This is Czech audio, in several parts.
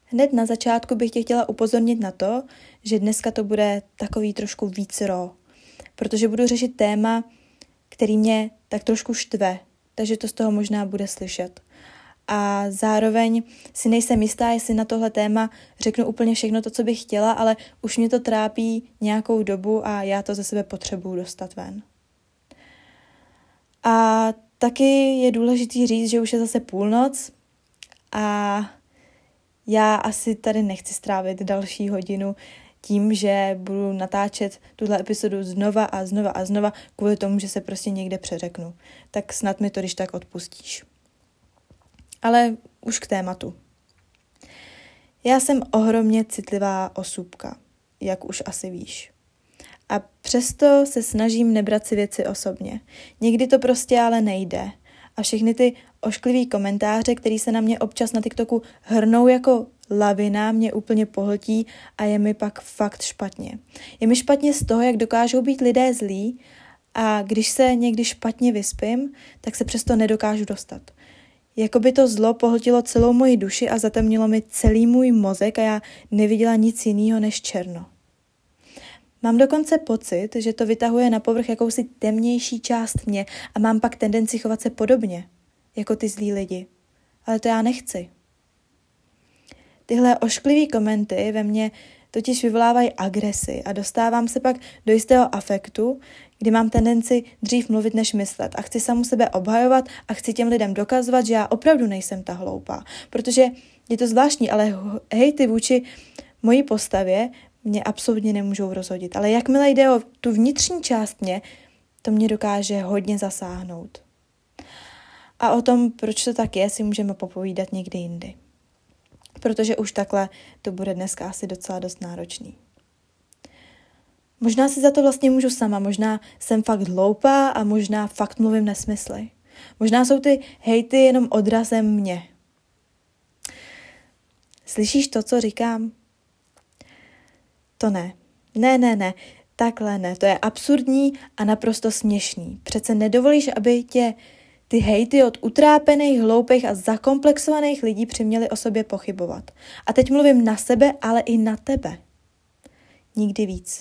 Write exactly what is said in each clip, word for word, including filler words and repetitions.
Hned na začátku bych tě chtěla upozornit na to, že dneska to bude takový trošku víc raw, protože budu řešit téma, který mě tak trošku štve, takže to z toho možná bude slyšet. A zároveň si nejsem jistá, jestli na tohle téma řeknu úplně všechno to, co bych chtěla, ale už mě to trápí nějakou dobu a já to ze sebe potřebuju dostat ven. A taky je důležitý říct, že už je zase půlnoc a já asi tady nechci strávit další hodinu tím, že budu natáčet tuhle epizodu znova a znova a znova kvůli tomu, že se prostě někde přeřeknu. Tak snad mi to když tak odpustíš. Ale už k tématu. Já jsem ohromně citlivá osůbka, jak už asi víš. A přesto se snažím nebrat si věci osobně. Někdy to prostě ale nejde. A všechny ty ošklivý komentáře, které se na mě občas na TikToku hrnou jako lavina, mě úplně pohltí a je mi pak fakt špatně. Je mi špatně z toho, jak dokážou být lidé zlí a když se někdy špatně vyspím, tak se přesto nedokážu dostat. Jakoby to zlo pohltilo celou moji duši a zatemnilo mi celý můj mozek a já neviděla nic jiného než černo. Mám dokonce pocit, že to vytahuje na povrch jakousi temnější část mě a mám pak tendenci chovat se podobně, jako ty zlí lidi. Ale to já nechci. Tyhle ošklivý komenty ve mně totiž vyvolávají agresi a dostávám se pak do jistého afektu, kdy mám tendenci dřív mluvit než myslet a chci samu sebe obhajovat a chci těm lidem dokazovat, že já opravdu nejsem ta hloupá. Protože je to zvláštní, ale hejty vůči mojí postavě mě absolutně nemůžou rozhodit. Ale jakmile jde o tu vnitřní část mě, to mě dokáže hodně zasáhnout. A o tom, proč to tak je, si můžeme popovídat někdy jindy. Protože už takhle to bude dneska asi docela dost náročný. Možná si za to vlastně můžu sama, možná jsem fakt hloupá a možná fakt mluvím nesmysly. Možná jsou ty hejty jenom odrazem mě. Slyšíš to, co říkám? To ne. Ne, ne, ne. Takhle ne. To je absurdní a naprosto směšný. Přece nedovolíš, aby tě ty hejty od utrápených, hloupých a zakomplexovaných lidí přiměly o sobě pochybovat. A teď mluvím na sebe, ale i na tebe. Nikdy víc.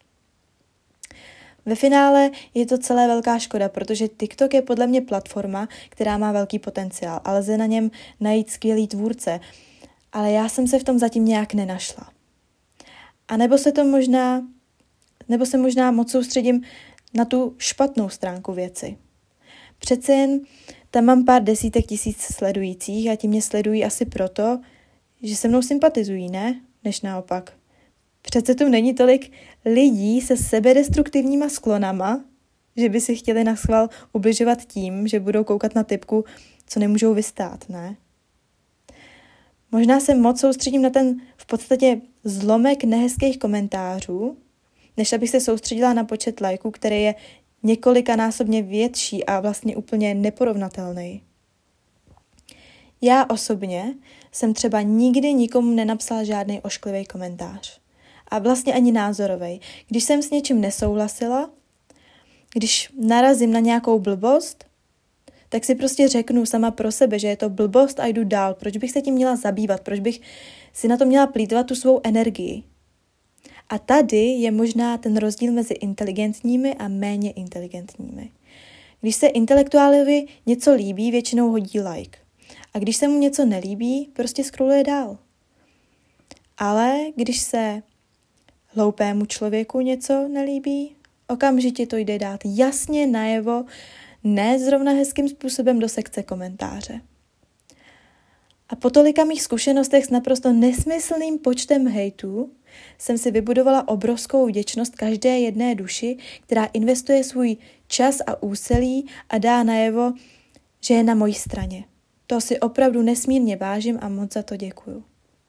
Ve finále je to celé velká škoda, protože TikTok je podle mě platforma, která má velký potenciál a lze na něm najít skvělý tvůrce, ale já jsem se v tom zatím nějak nenašla. A nebo se to možná, nebo se možná moc soustředím na tu špatnou stránku věci. Přece jen tam mám pár desítek tisíc sledujících a ti mě sledují asi proto, že se mnou sympatizují, ne? Než naopak. Přece tu není tolik lidí se sebedestruktivníma sklonama, že by si chtěli naschvál ubližovat tím, že budou koukat na typku, co nemůžou vystát, ne? Možná se moc soustředím na ten v podstatě zlomek nehezkých komentářů, než abych se soustředila na počet lajků, který je několikanásobně větší a vlastně úplně neporovnatelný. Já osobně jsem třeba nikdy nikomu nenapsala žádný ošklivý komentář. A vlastně ani názorovej. Když jsem s něčím nesouhlasila, když narazím na nějakou blbost, tak si prostě řeknu sama pro sebe, že je to blbost a jdu dál. Proč bych se tím měla zabývat? Proč bych si na to měla plýtvat tu svou energii? A tady je možná ten rozdíl mezi inteligentními a méně inteligentními. Když se intelektuálovi něco líbí, většinou hodí like. A když se mu něco nelíbí, prostě scrolluje dál. Ale když se hloupému člověku něco nelíbí, okamžitě to jde dát jasně najevo, ne zrovna hezkým způsobem do sekce komentáře. A po tolika mých zkušenostech s naprosto nesmyslným počtem hejtů jsem si vybudovala obrovskou vděčnost každé jedné duši, která investuje svůj čas a úsilí a dá najevo, že je na mojí straně. To si opravdu nesmírně vážím a moc za to děkuju.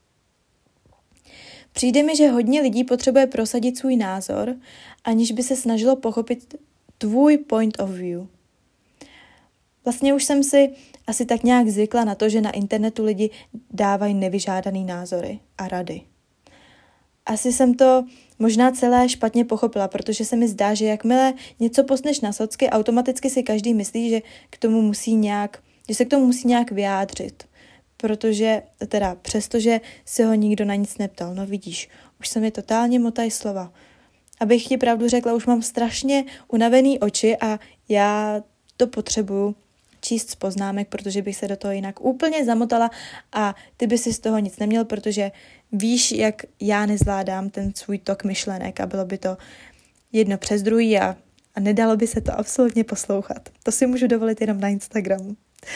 Přijde mi, že hodně lidí potřebuje prosadit svůj názor, aniž by se snažilo pochopit tvůj point of view. Vlastně už jsem si asi tak nějak zvykla na to, že na internetu lidi dávají nevyžádaný názory a rady. Asi jsem to možná celé špatně pochopila, protože se mi zdá, že jakmile něco postneš na socky, automaticky si každý myslí, že k tomu musí nějak, že se k tomu musí nějak vyjádřit. protože, teda přestože se ho nikdo na nic neptal. No vidíš, už se mi totálně motají slova. Abych ti pravdu řekla, už mám strašně unavený oči a já to potřebuju číst z poznámek, protože bych se do toho jinak úplně zamotala a ty by si z toho nic neměl, protože víš, jak já nezvládám ten svůj tok myšlenek a bylo by to jedno přes druhý a, a nedalo by se to absolutně poslouchat. To si můžu dovolit jenom na Instagramu.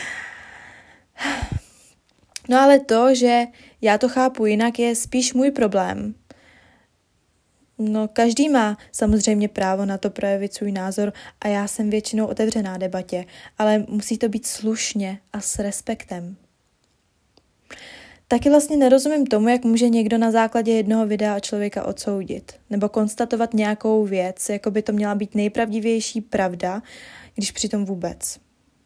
No ale to, že já to chápu jinak, je spíš můj problém. No, každý má samozřejmě právo na to projevit svůj názor a já jsem většinou otevřená debatě, ale musí to být slušně a s respektem. Taky vlastně nerozumím tomu, jak může někdo na základě jednoho videa člověka odsoudit nebo konstatovat nějakou věc, jako by to měla být nejpravdivější pravda, když přitom vůbec.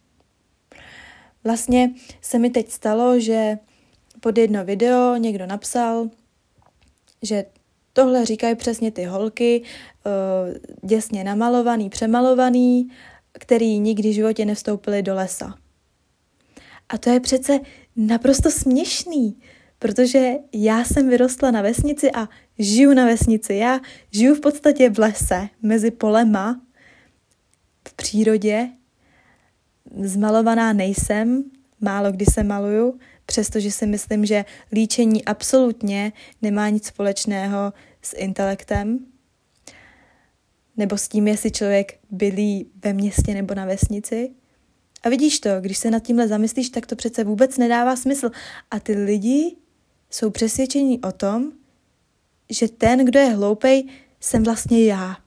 Vlastně se mi teď stalo, že pod jedno video někdo napsal, že tohle říkají přesně ty holky, děsně namalovaný, přemalovaný, který nikdy v životě nevstoupili do lesa. A to je přece naprosto směšný, protože já jsem vyrostla na vesnici a žiju na vesnici. Já žiju v podstatě v lese, mezi polema, v přírodě. Zmalovaná nejsem, málo kdy se maluju, přestože si myslím, že líčení absolutně nemá nic společného s intelektem, nebo s tím, jestli člověk bydlí ve městě nebo na vesnici. A vidíš to, když se nad tímhle zamyslíš, tak to přece vůbec nedává smysl. A ty lidi jsou přesvědčení o tom, že ten, kdo je hloupej, jsem vlastně já.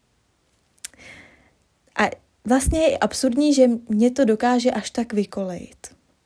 A vlastně je absurdní, že mě to dokáže až tak vykolejit.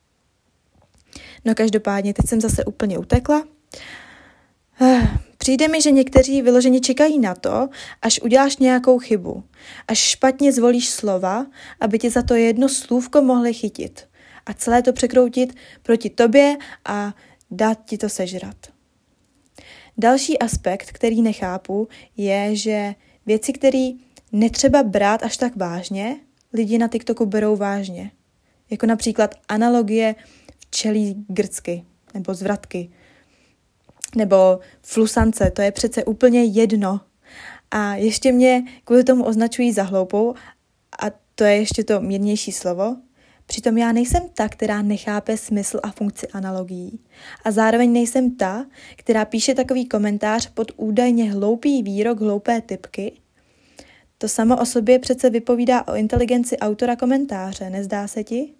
No každopádně, teď jsem zase úplně utekla. Přijde mi, že někteří vyloženě čekají na to, až uděláš nějakou chybu, až špatně zvolíš slova, aby tě za to jedno slůvko mohli chytit a celé to překroutit proti tobě a dát ti to sežrat. Další aspekt, který nechápu, je, že věci, které netřeba brát až tak vážně, lidi na TikToku berou vážně. Jako například analogie včelí grcky nebo zvratky. Nebo flusance, to je přece úplně jedno. A ještě mě kvůli tomu označují za hloupou a to je ještě to mírnější slovo. Přitom já nejsem ta, která nechápe smysl a funkci analogií. A zároveň nejsem ta, která píše takový komentář pod údajně hloupý výrok hloupé typky. To samo o sobě přece vypovídá o inteligenci autora komentáře, nezdá se ti?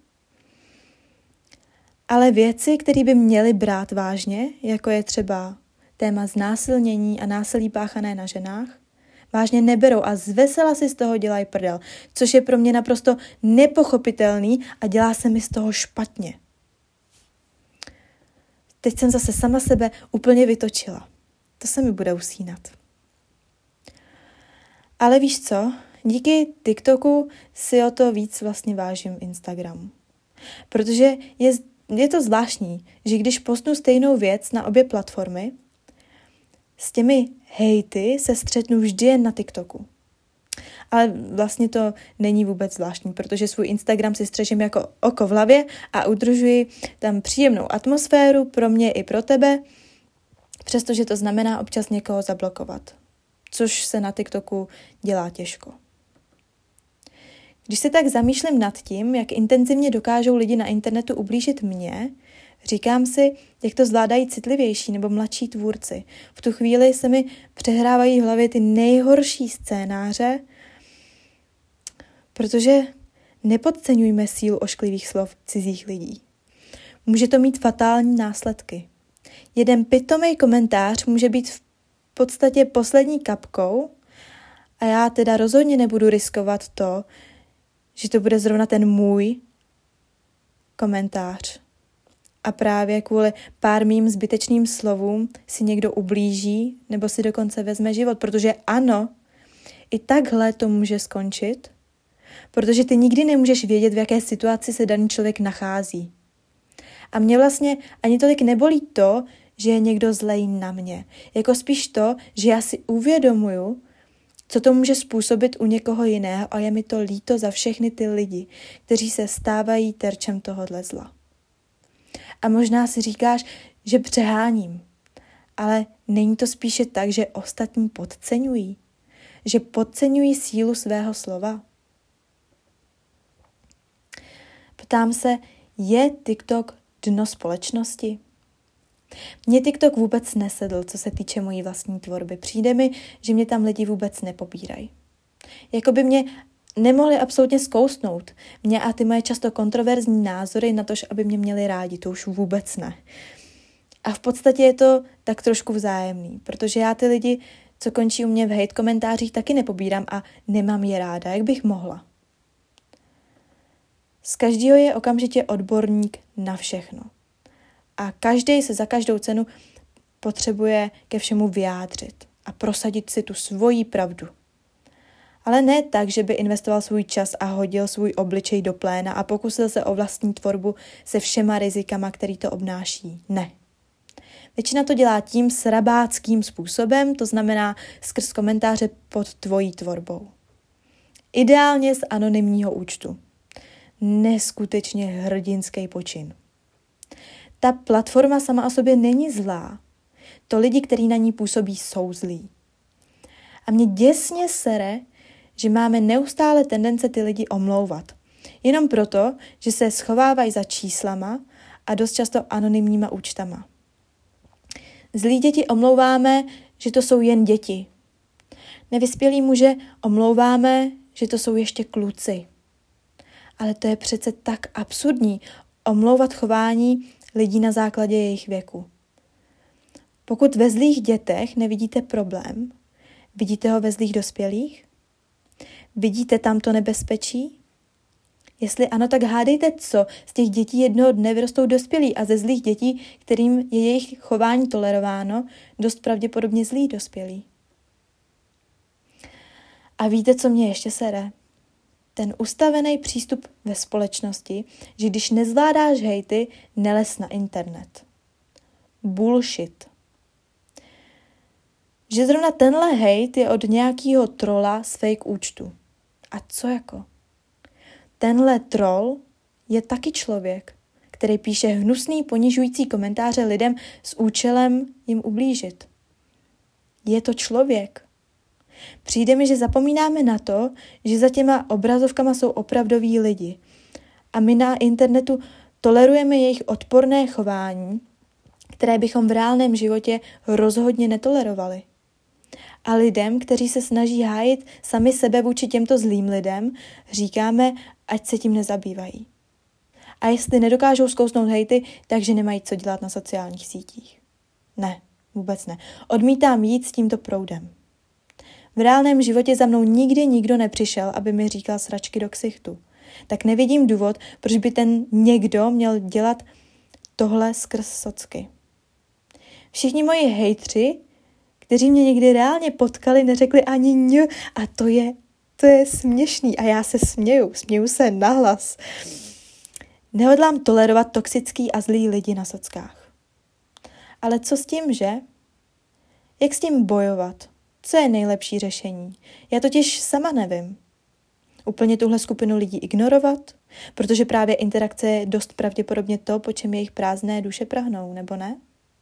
Ale věci, které by měly brát vážně, jako je třeba téma znásilnění a násilí páchané na ženách, vážně neberou a zvesela si z toho dělají prdel, což je pro mě naprosto nepochopitelný a dělá se mi z toho špatně. Teď jsem zase sama sebe úplně vytočila. To se mi bude usínat. Ale víš co? Díky TikToku si o to víc vlastně vážím Instagramu. Protože je Je to zvláštní, že když postnu stejnou věc na obě platformy, s těmi hejty se střetnu vždy jen na TikToku. Ale vlastně to není vůbec zvláštní, protože svůj Instagram si střežím jako oko v hlavě a udržuji tam příjemnou atmosféru pro mě i pro tebe, přestože to znamená občas někoho zablokovat, což se na TikToku dělá těžko. Když se tak zamýšlím nad tím, jak intenzivně dokážou lidi na internetu ublížit mně, říkám si, jak to zvládají citlivější nebo mladší tvůrci. V tu chvíli se mi přehrávají v hlavě ty nejhorší scénáře, protože nepodceňujme sílu ošklivých slov cizích lidí. Může to mít fatální následky. Jeden pitomý komentář může být v podstatě poslední kapkou a já teda rozhodně nebudu riskovat to, že to bude zrovna ten můj komentář. A právě kvůli pár mým zbytečným slovům si někdo ublíží nebo si dokonce vezme život. Protože ano, i takhle to může skončit, protože ty nikdy nemůžeš vědět, v jaké situaci se daný člověk nachází. A mě vlastně ani tolik nebolí to, že je někdo zlej na mě. Jako spíš to, že já si uvědomuju, co to může způsobit u někoho jiného a je mi to líto za všechny ty lidi, kteří se stávají terčem tohohle zla. A možná si říkáš, že přeháním. Ale není to spíše tak, že ostatní podceňují? Že podceňují sílu svého slova? Ptám se, je TikTok dno společnosti? Mně TikTok vůbec nesedl, co se týče mojí vlastní tvorby. Přijde mi, že mě tam lidi vůbec nepobírají. Jakoby mě nemohli absolutně zkousnout. Mě a ty moje často kontroverzní názory na to, aby mě měli rádi, to už vůbec ne. A v podstatě je to tak trošku vzájemný, protože já ty lidi, co končí u mě v hate komentářích, taky nepobírám a nemám je ráda, jak bych mohla. Z každého je okamžitě odborník na všechno. A každý se za každou cenu potřebuje ke všemu vyjádřit a prosadit si tu svoji pravdu. Ale ne tak, že by investoval svůj čas a hodil svůj obličej do pléna a pokusil se o vlastní tvorbu se všema rizikama, který to obnáší. Ne. Většina to dělá tím srabáckým způsobem, to znamená skrz komentáře pod tvojí tvorbou. Ideálně z anonymního účtu. Neskutečně hrdinský počin. Ta platforma sama o sobě není zlá. To lidi, kteří na ní působí, jsou zlí. A mě děsně sere, že máme neustále tendence ty lidi omlouvat. Jenom proto, že se schovávají za číslama a dost často anonymníma účtama. Zlí děti omlouváme, že to jsou jen děti. Nevyspělý muže omlouváme, že to jsou ještě kluci. Ale to je přece tak absurdní omlouvat chování lidí na základě jejich věku. Pokud ve zlých dětech nevidíte problém, vidíte ho ve zlých dospělých? Vidíte tam to nebezpečí? Jestli ano, tak hádejte, co z těch dětí jednoho dne vyrostou dospělí a ze zlých dětí, kterým je jejich chování tolerováno, dost pravděpodobně zlí dospělí. A víte, co mě ještě sere? Ten ustavený přístup ve společnosti, že když nezvládáš hejty, nelez na internet. Bullshit. Že zrovna tenhle hejt je od nějakého trola z fake účtu. A co jako? Tenhle troll je taky člověk, který píše hnusný, ponižující komentáře lidem s účelem jim ublížit. Je to člověk. Přijde mi, že zapomínáme na to, že za těma obrazovkama jsou opravdoví lidi. A my na internetu tolerujeme jejich odporné chování, které bychom v reálném životě rozhodně netolerovali. A lidem, kteří se snaží hájit sami sebe vůči těmto zlým lidem, říkáme, ať se tím nezabývají. A jestli nedokážou zkousnout hejty, takže nemají co dělat na sociálních sítích. Ne, vůbec ne. Odmítám jít s tímto proudem. V reálném životě za mnou nikdy nikdo nepřišel, aby mi říkal sračky do ksichtu. Tak nevidím důvod, proč by ten někdo měl dělat tohle skrz socky. Všichni moji hejtři, kteří mě někdy reálně potkali, neřekli ani ň a to je, to je směšný a já se směju, směju se nahlas. Nehodlám tolerovat toxický a zlý lidi na sockách. Ale co s tím, že? Jak s tím bojovat? Co je nejlepší řešení? Já totiž sama nevím. Úplně tuhle skupinu lidí ignorovat? Protože právě interakce je dost pravděpodobně to, po čem jejich prázdné duše prahnou, nebo ne?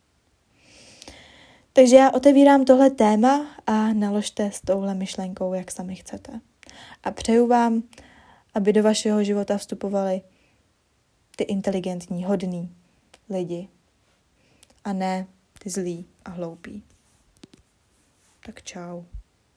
Takže já otevírám tohle téma a naložte s touhle myšlenkou, jak sami chcete. A přeju vám, aby do vašeho života vstupovali ty inteligentní, hodný lidi a ne ty zlí a hloupí. Tak čau.